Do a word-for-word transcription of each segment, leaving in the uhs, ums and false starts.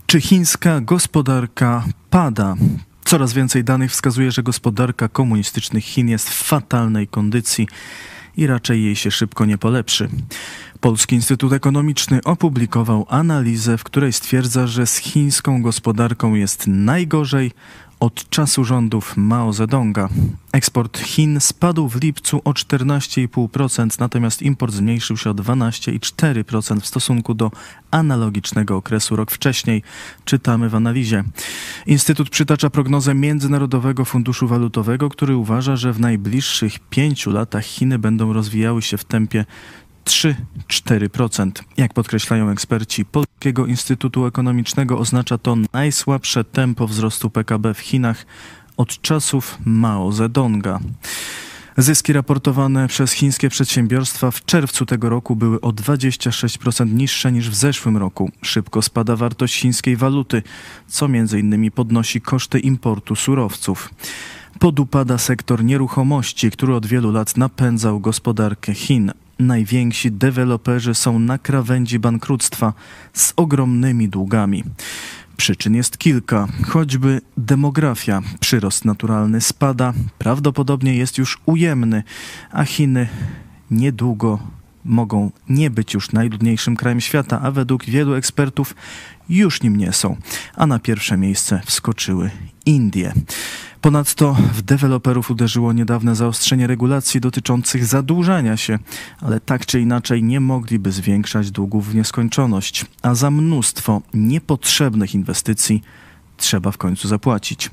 Czy chińska gospodarka pada? Coraz więcej danych wskazuje, że gospodarka komunistycznych Chin jest w fatalnej kondycji i raczej jej się szybko nie polepszy. Polski Instytut Ekonomiczny opublikował analizę, w której stwierdza, że z chińską gospodarką jest najgorzej od czasu rządów Mao Zedonga. Eksport Chin spadł w lipcu o czternaście i pół procent, natomiast import zmniejszył się o dwanaście i cztery procent w stosunku do analogicznego okresu rok wcześniej, czytamy w analizie. Instytut przytacza prognozę Międzynarodowego Funduszu Walutowego, który uważa, że w najbliższych pięciu latach Chiny będą rozwijały się w tempie trzy do czterech procent. Jak podkreślają eksperci Polskiego Instytutu Ekonomicznego, oznacza to najsłabsze tempo wzrostu P K B w Chinach od czasów Mao Zedonga. Zyski raportowane przez chińskie przedsiębiorstwa w czerwcu tego roku były o dwadzieścia sześć procent niższe niż w zeszłym roku. Szybko spada wartość chińskiej waluty, co między innymi podnosi koszty importu surowców. Podupada sektor nieruchomości, który od wielu lat napędzał gospodarkę Chin. Najwięksi deweloperzy są na krawędzi bankructwa z ogromnymi długami. Przyczyn jest kilka, choćby demografia. Przyrost naturalny spada, prawdopodobnie jest już ujemny, a Chiny niedługo mogą nie być już najludniejszym krajem świata, a według wielu ekspertów już nim nie są. A na pierwsze miejsce wskoczyły Indie. Ponadto w deweloperów uderzyło niedawne zaostrzenie regulacji dotyczących zadłużania się, ale tak czy inaczej nie mogliby zwiększać długów w nieskończoność, a za mnóstwo niepotrzebnych inwestycji trzeba w końcu zapłacić.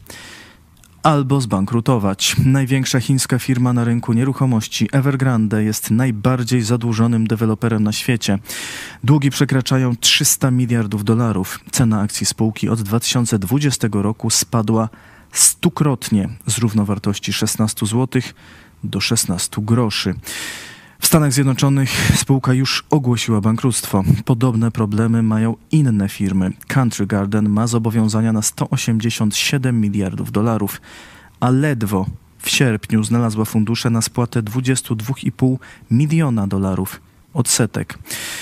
Albo zbankrutować. Największa chińska firma na rynku nieruchomości Evergrande jest najbardziej zadłużonym deweloperem na świecie. Długi przekraczają trzysta miliardów dolarów. Cena akcji spółki od dwa tysiące dwudziestego roku spadła stukrotnie z równowartości szesnaście złotych do szesnaście groszy. W Stanach Zjednoczonych spółka już ogłosiła bankructwo. Podobne problemy mają inne firmy. Country Garden ma zobowiązania na sto osiemdziesiąt siedem miliardów dolarów, a ledwo w sierpniu znalazła fundusze na spłatę dwadzieścia dwa i pół miliona dolarów odsetek.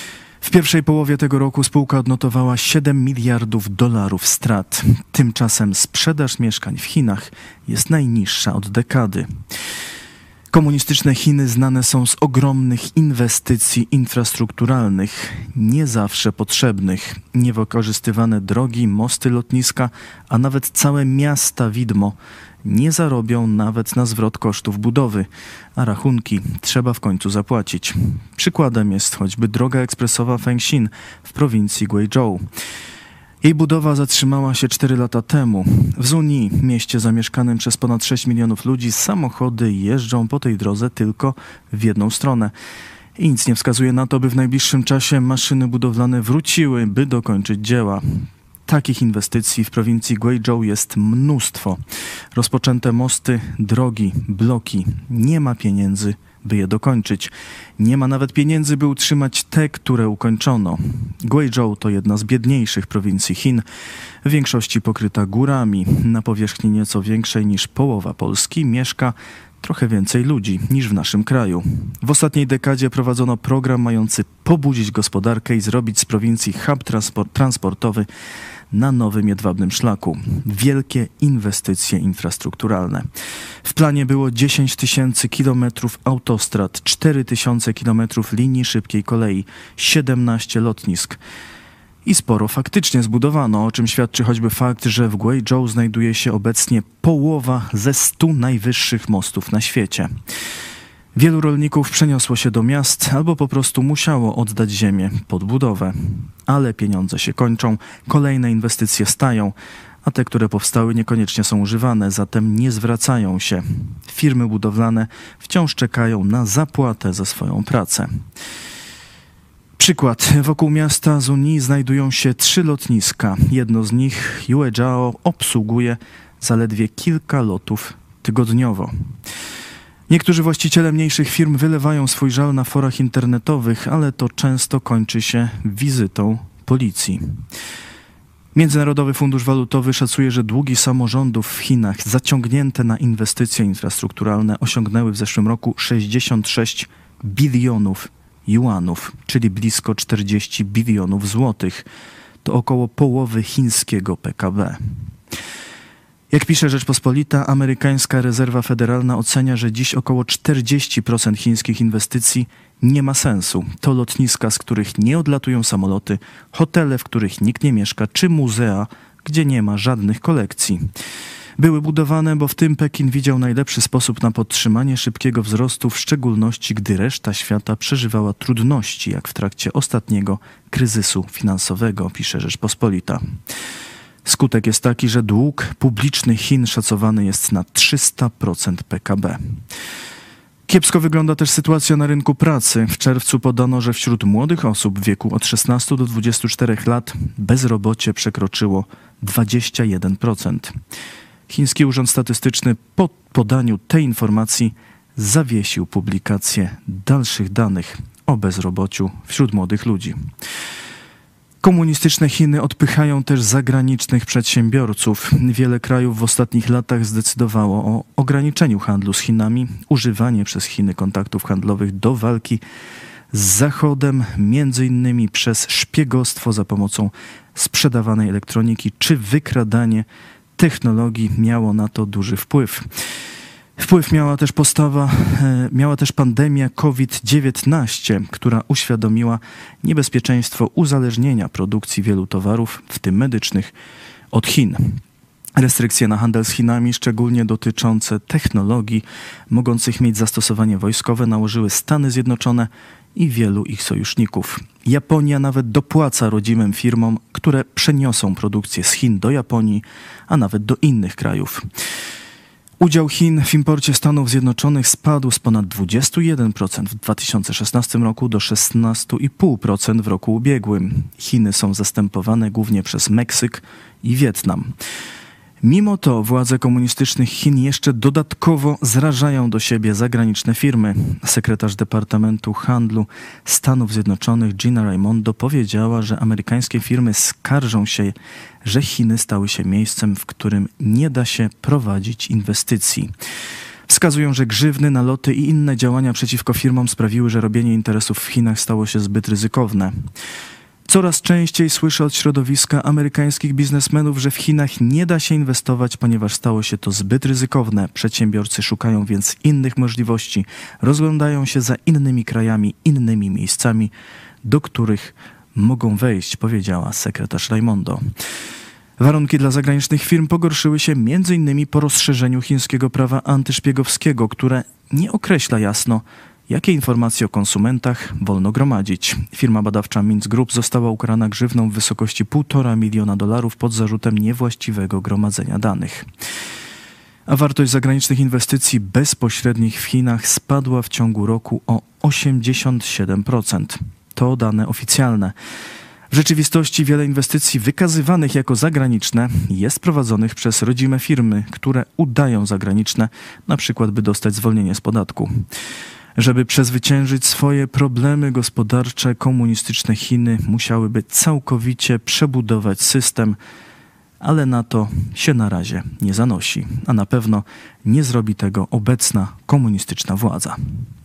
W pierwszej połowie tego roku spółka odnotowała siedem miliardów dolarów strat. Tymczasem sprzedaż mieszkań w Chinach jest najniższa od dekady. Komunistyczne Chiny znane są z ogromnych inwestycji infrastrukturalnych, nie zawsze potrzebnych. Niewykorzystywane drogi, mosty, lotniska, a nawet całe miasta widmo nie zarobią nawet na zwrot kosztów budowy, a rachunki trzeba w końcu zapłacić. Przykładem jest choćby droga ekspresowa Fengxin w prowincji Guizhou. Jej budowa zatrzymała się cztery lata temu. W Zunyi, mieście zamieszkanym przez ponad sześć milionów ludzi, samochody jeżdżą po tej drodze tylko w jedną stronę. I nic nie wskazuje na to, by w najbliższym czasie maszyny budowlane wróciły, by dokończyć dzieła. Takich inwestycji w prowincji Guizhou jest mnóstwo. Rozpoczęte mosty, drogi, bloki. Nie ma pieniędzy, by je dokończyć. Nie ma nawet pieniędzy, by utrzymać te, które ukończono. Guizhou to jedna z biedniejszych prowincji Chin, w większości pokryta górami. Na powierzchni nieco większej niż połowa Polski mieszka trochę więcej ludzi niż w naszym kraju. W ostatniej dekadzie prowadzono program mający pobudzić gospodarkę i zrobić z prowincji hub transport, transportowy na nowym jedwabnym szlaku. Wielkie inwestycje infrastrukturalne. W planie było dziesięć tysięcy kilometrów autostrad, cztery tysiące kilometrów linii szybkiej kolei, siedemnaście lotnisk. I sporo faktycznie zbudowano, o czym świadczy choćby fakt, że w Guizhou znajduje się obecnie połowa ze stu najwyższych mostów na świecie. Wielu rolników przeniosło się do miast albo po prostu musiało oddać ziemię pod budowę. Ale pieniądze się kończą, kolejne inwestycje stają, a te, które powstały, niekoniecznie są używane, zatem nie zwracają się. Firmy budowlane wciąż czekają na zapłatę za swoją pracę. Przykład. Wokół miasta Zunyi znajdują się trzy lotniska. Jedno z nich, Yuezhao, obsługuje zaledwie kilka lotów tygodniowo. Niektórzy właściciele mniejszych firm wylewają swój żal na forach internetowych, ale to często kończy się wizytą policji. Międzynarodowy Fundusz Walutowy szacuje, że długi samorządów w Chinach zaciągnięte na inwestycje infrastrukturalne osiągnęły w zeszłym roku sześćdziesiąt sześć bilionów juanów, czyli blisko czterdzieści bilionów złotych. to około połowy chińskiego P K B. Jak pisze Rzeczpospolita, amerykańska rezerwa federalna ocenia, że dziś około czterdzieści procent chińskich inwestycji nie ma sensu. To lotniska, z których nie odlatują samoloty, hotele, w których nikt nie mieszka, czy muzea, gdzie nie ma żadnych kolekcji. Były budowane, bo w tym Pekin widział najlepszy sposób na podtrzymanie szybkiego wzrostu, w szczególności gdy reszta świata przeżywała trudności, jak w trakcie ostatniego kryzysu finansowego, pisze Rzeczpospolita. Skutek jest taki, że dług publiczny Chin szacowany jest na trzysta procent P K B. Kiepsko wygląda też sytuacja na rynku pracy. W czerwcu podano, że wśród młodych osób w wieku od szesnastu do dwudziestu czterech lat bezrobocie przekroczyło dwadzieścia jeden procent. Chiński Urząd Statystyczny po podaniu tej informacji zawiesił publikację dalszych danych o bezrobociu wśród młodych ludzi. Komunistyczne Chiny odpychają też zagranicznych przedsiębiorców. Wiele krajów w ostatnich latach zdecydowało o ograniczeniu handlu z Chinami, używanie przez Chiny kontaktów handlowych do walki z Zachodem, między innymi przez szpiegostwo za pomocą sprzedawanej elektroniki czy wykradanie technologii miało na to duży wpływ. Wpływ miała też postawa, miała też pandemia COVID dziewiętnaście, która uświadomiła niebezpieczeństwo uzależnienia produkcji wielu towarów, w tym medycznych, od Chin. Restrykcje na handel z Chinami, szczególnie dotyczące technologii mogących mieć zastosowanie wojskowe, nałożyły Stany Zjednoczone i wielu ich sojuszników. Japonia nawet dopłaca rodzimym firmom, które przeniosą produkcję z Chin do Japonii, a nawet do innych krajów. Udział Chin w imporcie Stanów Zjednoczonych spadł z ponad dwudziestu jeden procent w dwa tysiące szesnastym roku do szesnastu i pół procent w roku ubiegłym. Chiny są zastępowane głównie przez Meksyk i Wietnam. Mimo to władze komunistycznych Chin jeszcze dodatkowo zrażają do siebie zagraniczne firmy. Sekretarz Departamentu Handlu Stanów Zjednoczonych Gina Raimondo powiedziała, że amerykańskie firmy skarżą się, że Chiny stały się miejscem, w którym nie da się prowadzić inwestycji. Wskazują, że grzywny, naloty i inne działania przeciwko firmom sprawiły, że robienie interesów w Chinach stało się zbyt ryzykowne. Coraz częściej słyszę od środowiska amerykańskich biznesmenów, że w Chinach nie da się inwestować, ponieważ stało się to zbyt ryzykowne. Przedsiębiorcy szukają więc innych możliwości, rozglądają się za innymi krajami, innymi miejscami, do których mogą wejść, powiedziała sekretarz Raimondo. Warunki dla zagranicznych firm pogorszyły się między innymi po rozszerzeniu chińskiego prawa antyszpiegowskiego, które nie określa jasno, jakie informacje o konsumentach wolno gromadzić. Firma badawcza Mintz Group została ukarana grzywną w wysokości półtora miliona dolarów pod zarzutem niewłaściwego gromadzenia danych. A wartość zagranicznych inwestycji bezpośrednich w Chinach spadła w ciągu roku o osiemdziesiąt siedem procent. To dane oficjalne. W rzeczywistości wiele inwestycji wykazywanych jako zagraniczne jest prowadzonych przez rodzime firmy, które udają zagraniczne, na przykład by dostać zwolnienie z podatku. Żeby przezwyciężyć swoje problemy gospodarcze, komunistyczne Chiny musiałyby całkowicie przebudować system, ale na to się na razie nie zanosi, a na pewno nie zrobi tego obecna komunistyczna władza.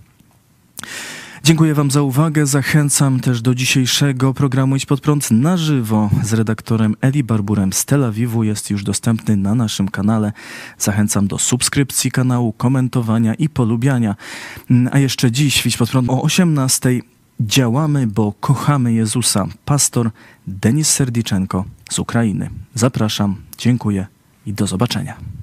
Dziękuję Wam za uwagę. Zachęcam też do dzisiejszego programu Idź Pod Prąd na żywo z redaktorem Eli Barburem z Tel Awiwu. Jest już dostępny na naszym kanale. Zachęcam do subskrypcji kanału, komentowania i polubiania. A jeszcze dziś w Idź Pod Prąd o osiemnastej działamy, bo kochamy Jezusa. Pastor Denis Serdiczenko z Ukrainy. Zapraszam, dziękuję i do zobaczenia.